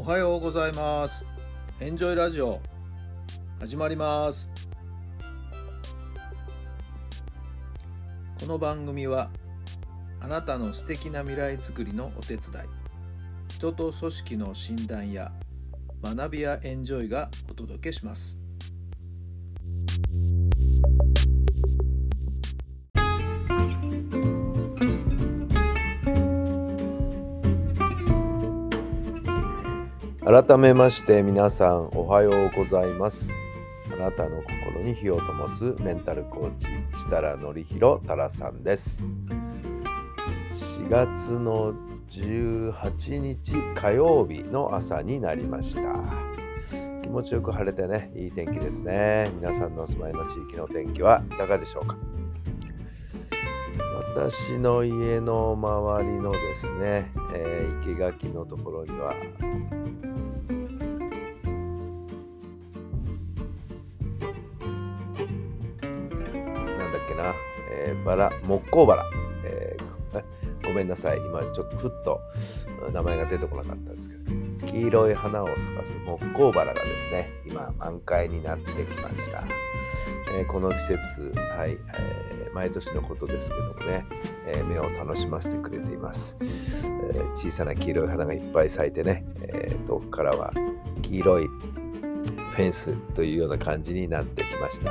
おはようございます。エンジョイラジオ始まります。この番組はあなたの素敵な未来づくりのお手伝い、人と組織の診断や学びやエンジョイがお届けします。改めまして皆さんおはようございます。あなたの心に火を灯すメンタルコーチ設楽範弘太良さんです。4月の18日火曜日の朝になりました。気持ちよく晴れてね、いい天気ですね。皆さんのお住まいの地域の天気はいかがでしょうか。私の家の周りのですね、生垣のところには木工バラ、ごめんなさい、今ちょっとふっと名前が出てこなかったんですけど、黄色い花を咲かす木工バラがですね、今満開になってきました。この季節、毎年のことですけどもね、目を楽しませてくれています。小さな黄色い花がいっぱい咲いてね、遠くからは黄色いフェンスというような感じになってきました。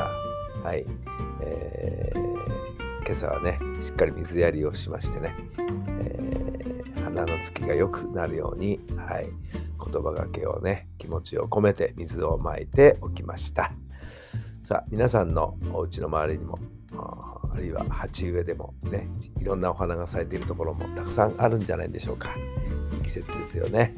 今朝はね、しっかり水やりをしましてね、花のつきが良くなるように、言葉がけをね、気持ちを込めて水をまいておきました。さあ、皆さんのお家の周りにも、あるいは鉢植えでもね、いろんなお花が咲いているところもたくさんあるんじゃないでしょうか。いい季節ですよね。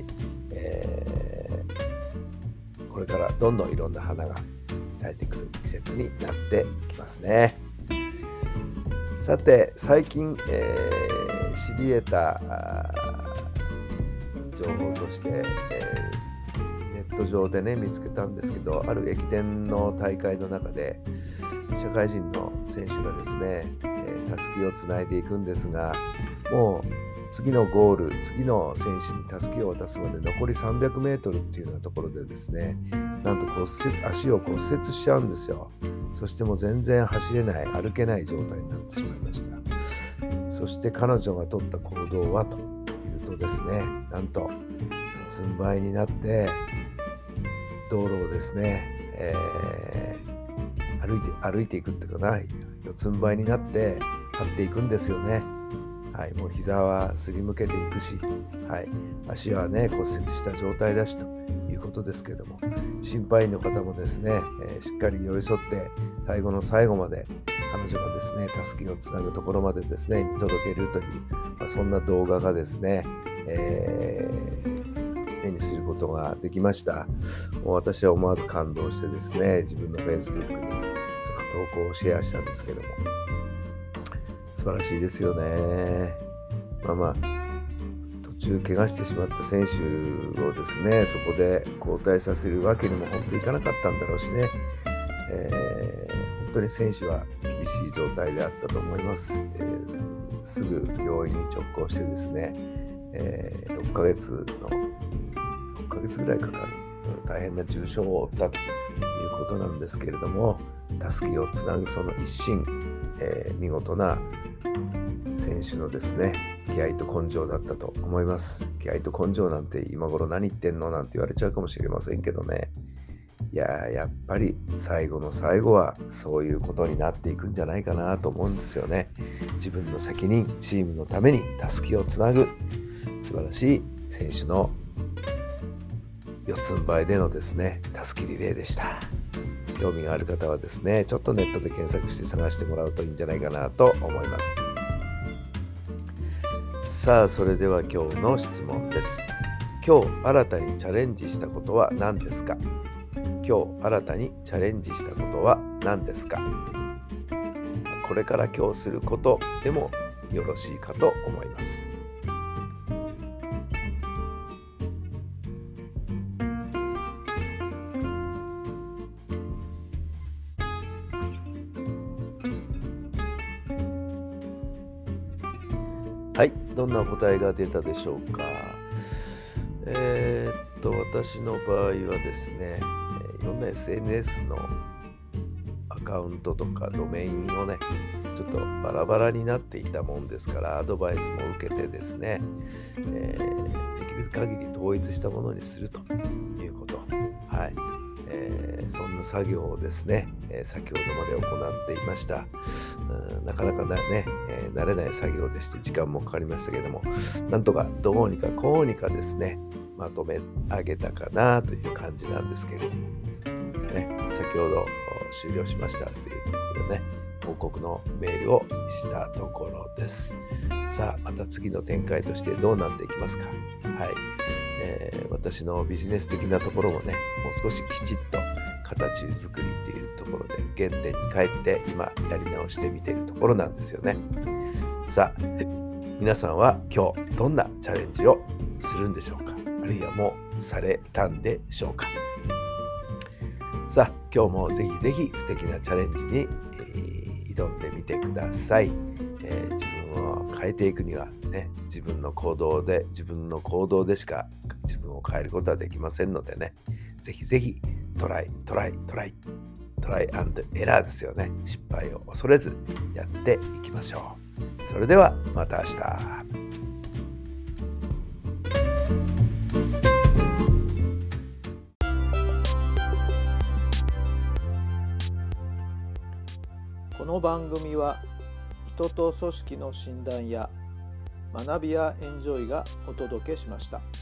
これからどんどんいろんな花が咲いてくる季節になってきますね。さて、最近、知り得た情報として、ネット上でね見つけたんですけど、ある駅伝の大会の中で社会人の選手がですね、たすきをつないでいくんですが、もう次のゴール、次の選手にたすきを渡すまで残り300メートルっていうようなところでですね、なんと足を骨折しちゃうんですよ。そしてもう全然走れない、歩けない状態になってしまいました。そして彼女が取った行動はというとですね、なんと四つん這いになって道路をですね、歩いていくっていうかな、四つん這いになって張っていくんですよね。もう膝はすりむけていくし、足はね骨折した状態だしということですけれども、審判員の方もですね、しっかり寄り添って最後の最後まで彼女がですねたすきをつなぐところまでですね見届けるという、そんな動画がですね、目にすることができました。もう私は思わず感動してですね、自分の Facebook にその投稿をシェアしたんですけども、素晴らしいですよね。途中怪我してしまった選手をですね、そこで交代させるわけにも本当にいかなかったんだろうしね、本当に選手は厳しい状態であったと思います。すぐ病院に直行してですね、6ヶ月ぐらいかかる大変な重傷を負ったということなんですけれども、たすきをつなぐその一心、見事な選手のですね気合と根性だったと思います。気合と根性なんて今頃何言ってんのなんて言われちゃうかもしれませんけどね、やっぱり最後の最後はそういうことになっていくんじゃないかなと思うんですよね。自分の責任、チームのためにたすきをつなぐ素晴らしい選手の四つん這いでのですねたすきリレーでした。興味がある方はですね、ちょっとネットで検索して探してもらうといいんじゃないかなと思います。さあ、それでは今日の質問です。今日新たにチャレンジしたことは何ですか？今日新たにチャレンジしたことは何ですか？これから今日することでもよろしいかと思います。どんな答えが出たでしょうか。 私の場合はですね、いろんな SNS のアカウントとかドメインをね、ちょっとバラバラになっていたもんですから、アドバイスも受けてですね、できる限り統一したものにするということ、はい、そんな作業をですね、先ほどまで行っていました。なかなかね、慣れない作業でして時間もかかりましたけれども、なんとかどうにかこうにかですね、まとめ上げたかなという感じなんですけれども、ね、先ほど終了しましたというところでね、報告のメールをしたところです。さあ、また次の展開としてどうなっていきますか。はい、私のビジネス的なところもね、もう少しきちっと形作りっていうところで原点に帰って今やり直してみているところなんですよね。さあ、皆さんは今日どんなチャレンジをするんでしょうか。あるいはもうされたんでしょうか。さあ、今日もぜひぜひ素敵なチャレンジに、挑んでみてください。自分を変えていくにはね、自分の行動でしか自分を変えることはできませんのでね、ぜひぜひトライアンドエラーですよね。失敗を恐れずやっていきましょう。それではまた明日。 この番組は人と組織の診断や学びやエンジョイがお届けしました。